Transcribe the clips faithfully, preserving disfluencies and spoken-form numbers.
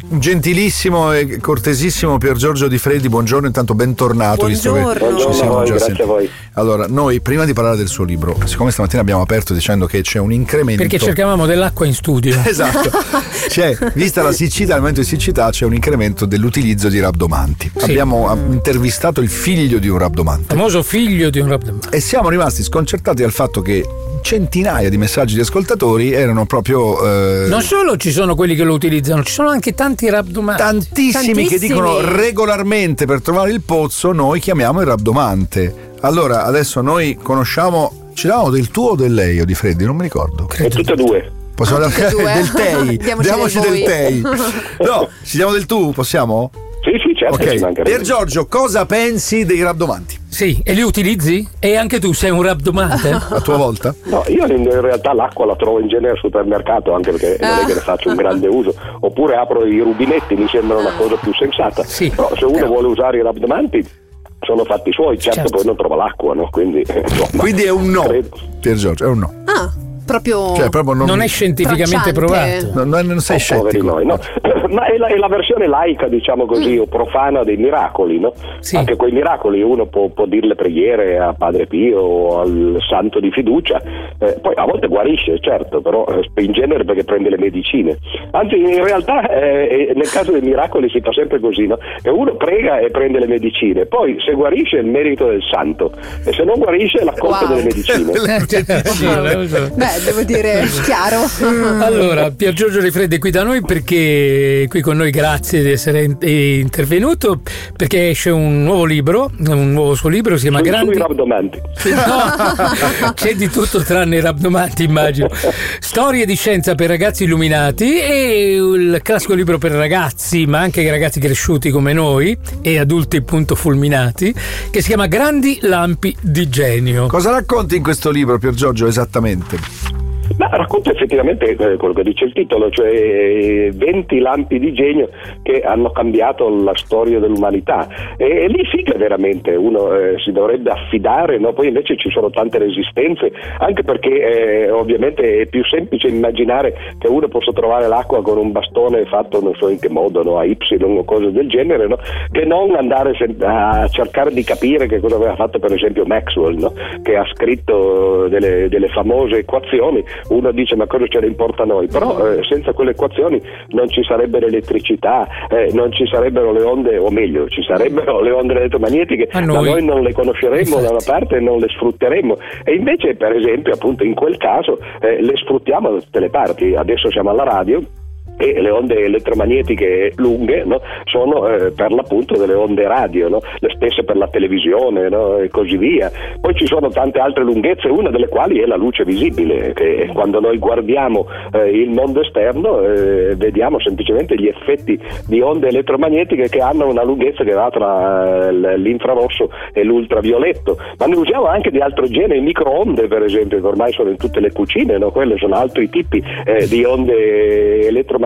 Gentilissimo e cortesissimo Pier Giorgio Di Freddi, buongiorno, intanto bentornato. Buongiorno, visto che buongiorno ci siamo a voi, già grazie sentiti. a voi. Allora, noi prima di parlare del suo libro, siccome stamattina abbiamo aperto dicendo che c'è un incremento, perché cercavamo dell'acqua in studio. Esatto, c'è, vista la siccità, al momento di siccità c'è un incremento dell'utilizzo di rabdomanti. Sì. Abbiamo intervistato il figlio di un rabdomante, famoso figlio di un rabdomante, e siamo rimasti sconcertati dal fatto che centinaia di messaggi di ascoltatori erano proprio eh... non solo ci sono quelli che lo utilizzano, ci sono anche tanti rabdomanti, tantissimi, tantissimi che dicono regolarmente per trovare il pozzo noi chiamiamo il rabdomante. Allora adesso noi conosciamo, ci davamo del tuo o del lei o di Freddi, non mi ricordo. Credo. E tutte e due. Possiamo ah, dare del tei. Diamoci, Diamoci del, del tei. No, ci diamo del tu, possiamo? Sì, sì, certo. Ok. Pier Giorgio, cosa pensi dei rabdomanti? Sì, e li utilizzi? E anche tu sei un rabdomante? A tua volta? No, io in realtà l'acqua la trovo in genere al supermercato, anche perché non è che ne faccio un grande uso. Oppure apro i rubinetti, mi sembra una cosa più sensata. Sì. Però se uno vuole usare i rabdomanti sono fatti suoi, certo, certo. Poi non trova l'acqua, no? Quindi, insomma, quindi è un no. Credo. Pier Giorgio, è un no. Ah. Proprio, cioè, proprio non, non è scientificamente tracciante. provato. No, non sei oh, scettico. Noi, no? Ma è la, è la versione laica, diciamo così, mm. o profana dei miracoli, no? Sì. Anche quei miracoli uno può, può dire le preghiere a Padre Pio o al santo di fiducia, eh, poi a volte guarisce, certo, però eh, in genere perché prende le medicine. Anzi, in realtà eh, nel caso dei miracoli si fa sempre così, no? Che uno prega e prende le medicine, poi se guarisce è il merito del santo, e se non guarisce è la colpa wow. delle medicine. Beh, devo dire chiaro. Allora, Pier Giorgio Di Freddi è qui da noi perché qui con noi, grazie di essere intervenuto, perché esce un nuovo libro, un nuovo suo libro, si chiama Sui, Grandi sui rabdomanti. No, c'è di tutto tranne i rabdomanti, immagino. Storie di scienza per ragazzi illuminati, e il classico libro per ragazzi, ma anche ragazzi cresciuti come noi e adulti punto fulminati, che si chiama Grandi lampi di genio. Cosa racconti in questo libro, Pier Giorgio, esattamente? Ma racconta effettivamente quello che dice il titolo, cioè venti lampi di genio che hanno cambiato la storia dell'umanità, e, e lì sì che veramente uno eh, si dovrebbe affidare, no? Poi invece ci sono tante resistenze, anche perché eh, ovviamente è più semplice immaginare che uno possa trovare l'acqua con un bastone fatto non so in che modo, no? A Y o cose del genere, no? Che non andare a cercare di capire che cosa aveva fatto per esempio Maxwell, no? Che ha scritto delle, delle famose equazioni. Uno dice ma cosa ce ne importa a noi, però eh, senza quelle equazioni non ci sarebbe l'elettricità, eh, non ci sarebbero le onde, o meglio ci sarebbero le onde elettromagnetiche, ma noi, noi non le conosceremmo da una parte e non le sfrutteremmo, e invece per esempio appunto in quel caso eh, le sfruttiamo da tutte le parti. Adesso siamo alla radio e le onde elettromagnetiche lunghe, no? Sono eh, per l'appunto delle onde radio, no? Le stesse per la televisione, no? E così via. Poi ci sono tante altre lunghezze, una delle quali è la luce visibile, che quando noi guardiamo eh, il mondo esterno eh, vediamo semplicemente gli effetti di onde elettromagnetiche che hanno una lunghezza che va tra eh, l'infrarosso e l'ultravioletto, ma ne usiamo anche di altro genere, i microonde per esempio, che ormai sono in tutte le cucine, no? Quelle sono altri tipi eh, di onde elettromagnetiche,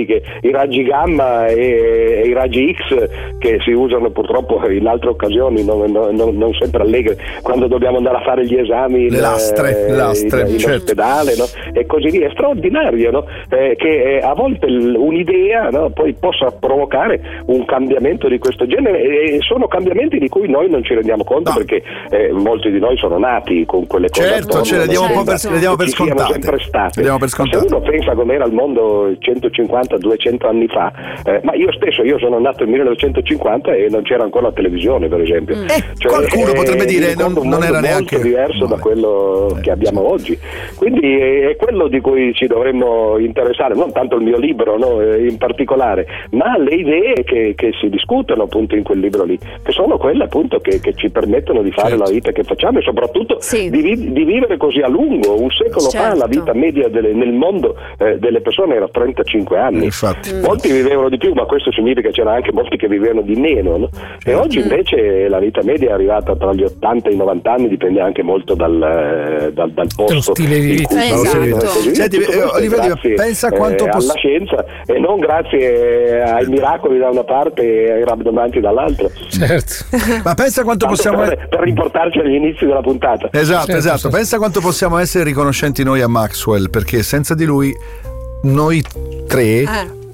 i raggi gamma e, e i raggi X che si usano purtroppo in altre occasioni, non, non, non sempre allegre, quando dobbiamo andare a fare gli esami le lastre, in, lastre, in, in certo. ospedale, no? E così via. È straordinario, no? eh, che eh, a volte l- un'idea, no? Poi possa provocare un cambiamento di questo genere, e sono cambiamenti di cui noi non ci rendiamo conto, no. Perché eh, molti di noi sono nati con quelle cose certo, attorno, ce le diamo un po' per, le diamo per ci siamo scontate, sempre state. le diamo per scontate. Se uno pensa com'era il mondo centocinquanta duecento anni fa, eh, ma io stesso io sono nato nel millenovecentocinquanta e non c'era ancora la televisione per esempio, eh, cioè, qualcuno eh, potrebbe dire non, non era neanche molto diverso no, da quello eh, che abbiamo sì. oggi, quindi è, è quello di cui ci dovremmo interessare, non tanto il mio libro, no, in particolare, ma le idee che, che si discutono appunto in quel libro lì, che sono quelle appunto che, che ci permettono di fare certo. la vita che facciamo, e soprattutto sì. di, di vivere così a lungo. Un secolo certo. fa la vita media delle, nel mondo eh, delle persone era trentacinque anni, infatti. Mm. molti vivevano di più, ma questo significa che c'era anche molti che vivevano di meno, no? E mm. oggi invece la vita media è arrivata tra gli ottanta e i novanta anni, dipende anche molto dal, dal, dal posto, lo stile di vita. Esatto. Senti, eh, Oliverio, pensa quanto alla poss- scienza e non grazie ai miracoli da una parte e ai rabdomanti dall'altra. Certo. Ma pensa quanto Tanto possiamo per, per riportarci agli inizi della puntata. esatto, certo, esatto. certo. Pensa quanto possiamo essere riconoscenti noi a Maxwell, perché senza di lui noi tre Eh.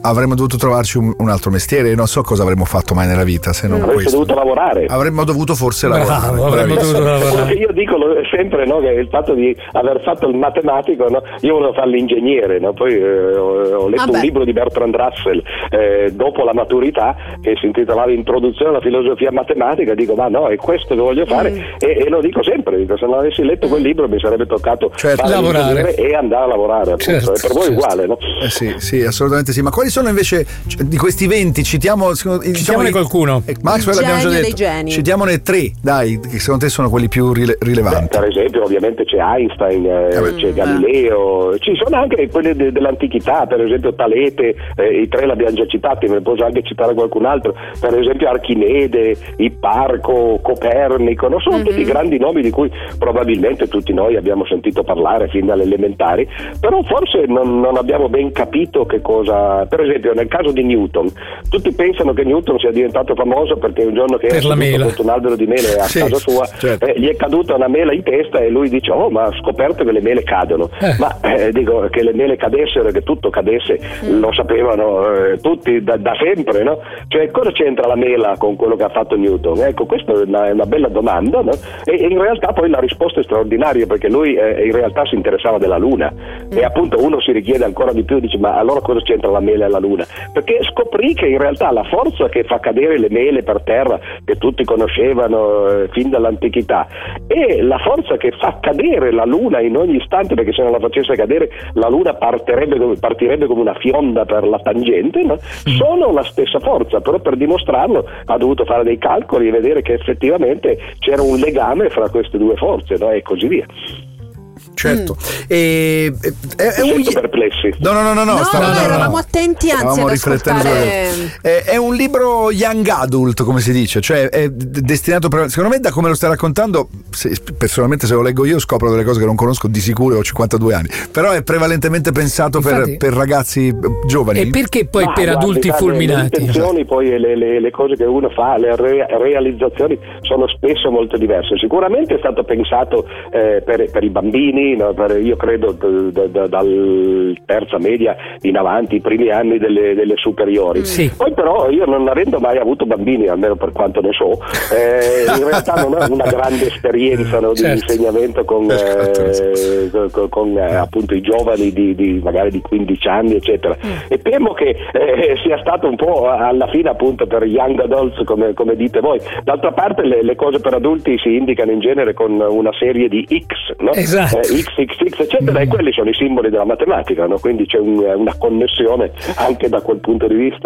avremmo dovuto trovarci un, un altro mestiere. Non so cosa avremmo fatto mai nella vita se non Avremmo questo. dovuto lavorare. Avremmo dovuto forse Bravo, lavorare. avremmo dovuto lavorare. Quello che io dico lo- sempre, no, che il fatto di aver fatto il matematico, no, io volevo fare l'ingegnere, no, poi eh, ho, ho letto Vabbè. un libro di Bertrand Russell eh, dopo la maturità che si intitolava Introduzione alla filosofia matematica, dico ma no, è questo che voglio fare Mm. e, e lo dico sempre, dico, se non avessi letto quel libro mi sarebbe toccato Certo. fare Lavorare. l'ingegnere e andare a lavorare, appunto. Certo, E per voi è certo. uguale, no? Eh sì, sì, assolutamente sì. Ma quali sono invece cioè, di questi venti? Citiamo, secondo- diciamo Citiamone i- qualcuno. eh, Maxwell Il abbiamo già genio detto. dei geni. Citiamone tre, dai, che secondo te sono quelli più rile- Beh, rilevanti. per esempio ovviamente c'è Einstein, eh, beh. c'è Galileo, ci sono anche quelli de- dell'antichità, per esempio Talete, eh, i tre l'abbiamo già citati, me ne posso anche citare qualcun altro, per esempio Archimede, Ipparco, Copernico, non sono tutti grandi nomi di cui probabilmente tutti noi abbiamo sentito parlare fin dalle elementari, però forse non, non abbiamo ben capito che cosa, per esempio nel caso di Newton, tutti pensano che Newton sia diventato famoso perché un giorno che Per era la seduto mela. sotto un albero di mele a Sì, casa sua, certo. eh, gli è caduta una mela in testa e lui dice oh ma ha scoperto che le mele cadono, Eh. ma eh, dico che le mele cadessero e che tutto cadesse lo sapevano eh, tutti da, da sempre, no? Cioè cosa c'entra la mela con quello che ha fatto Newton? Ecco, questa è una, è una bella domanda, no? e, e in realtà poi la risposta è straordinaria perché lui eh, in realtà si interessava della luna e appunto uno si richiede ancora di più, dice ma allora cosa c'entra la mela e la luna? Perché scoprì che in realtà la forza che fa cadere le mele per terra, che tutti conoscevano eh, fin dall'antichità, e la forza che fa cadere la luna in ogni istante, perché se non la facesse cadere la luna partirebbe come, partirebbe come una fionda per la tangente, no? Sono la stessa forza, però per dimostrarlo ha dovuto fare dei calcoli e vedere che effettivamente c'era un legame fra queste due forze, no? E così via. Certo. E, e- è, è un Sento perplessi. No, no, no, no, no, No, stavo- no, no, no, eravamo no. attenti, anzi, Stavamo ad riflettendo ascoltare- su- È, è un libro young adult, come si dice, cioè è d- destinato per, secondo me, da come lo stai raccontando, se- personalmente se lo leggo io scopro delle cose che non conosco di sicuro, ho cinquantadue anni, però è prevalentemente pensato per, Infatti- per ragazzi eh, giovani. E perché poi Ma per guardi, adulti guardi, fulminati? Le intenzioni poi e le, le- le cose che uno fa, le re- realizzazioni sono spesso molto diverse. Sicuramente è stato pensato eh, per, per i bambini, no? Per- io credo d- d- d- dal terza media in avanti, i primi anni delle, delle superiori. Sì. Poi però io non avendo mai avuto bambini, almeno per quanto ne so, eh, in realtà non ho una grande esperienza, no, di Certo. insegnamento con, eh, con, con, eh, appunto i giovani di, di magari di quindici anni eccetera, e temo che eh, sia stato un po' alla fine appunto per young adults come, come dite voi. D'altra parte le, le cose per adulti si indicano in genere con una serie di X, no? Esatto. Eh, X, X, X eccetera, e quelli sono i simboli della matematica, no? Quindi c'è un- una connessione anche da quel punto di vista.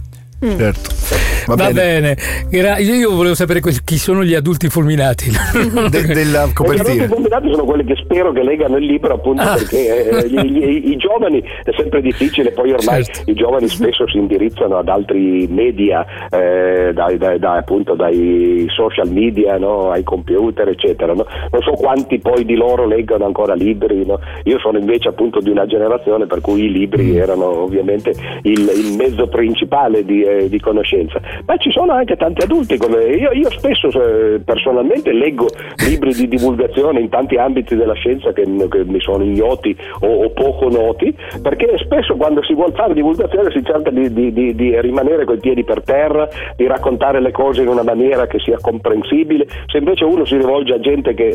Certo. Va, Va bene. bene, Gra- io volevo sapere que- chi sono gli adulti fulminati. De- della E gli copertina. adulti combinati sono quelli che spero che leggano il libro, appunto Ah. perché eh, gli- gli- i giovani è sempre difficile, poi ormai Certo. i giovani spesso si indirizzano ad altri media, eh, dai, dai- dai- appunto dai social media, no? Ai computer eccetera, no? Non so quanti poi di loro leggono ancora libri, no? Io sono invece appunto di una generazione per cui i libri erano ovviamente il, il mezzo principale di, eh, di conoscenza, ma ci sono anche tanti adulti come io, io spesso eh, personalmente leggo libri di divulgazione in tanti ambiti della scienza che, che mi sono ignoti o, o poco noti, perché spesso quando si vuol fare divulgazione si cerca di, di, di, di rimanere coi piedi per terra, di raccontare le cose in una maniera che sia comprensibile. Se invece uno si rivolge a gente che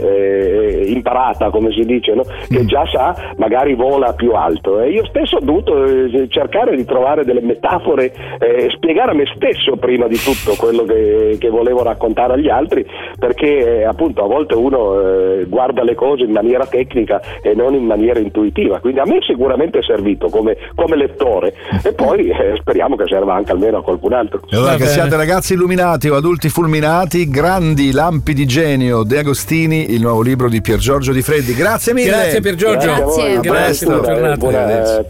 è imparata, come si dice, no? Che già sa, magari vola più alto. E io stesso ho dovuto eh, cercare di trovare delle metafore, eh, spiegare a me stesso prima di tutto quello che, che volevo raccontare agli altri, perché eh, appunto a volte uno eh, guarda le cose in maniera tecnica e non in maniera intuitiva, quindi a me sicuramente è servito come, come lettore, e poi eh, speriamo che serva anche almeno a qualcun altro. E allora Va che bene. siate ragazzi illuminati o adulti fulminati, grandi lampi di genio, De Agostini, il nuovo libro di Pier Giorgio Di Freddi. Grazie mille. Grazie Pier Giorgio. Grazie a voi, Grazie. buona Grazie, buona lettura, giornata. buona, eh,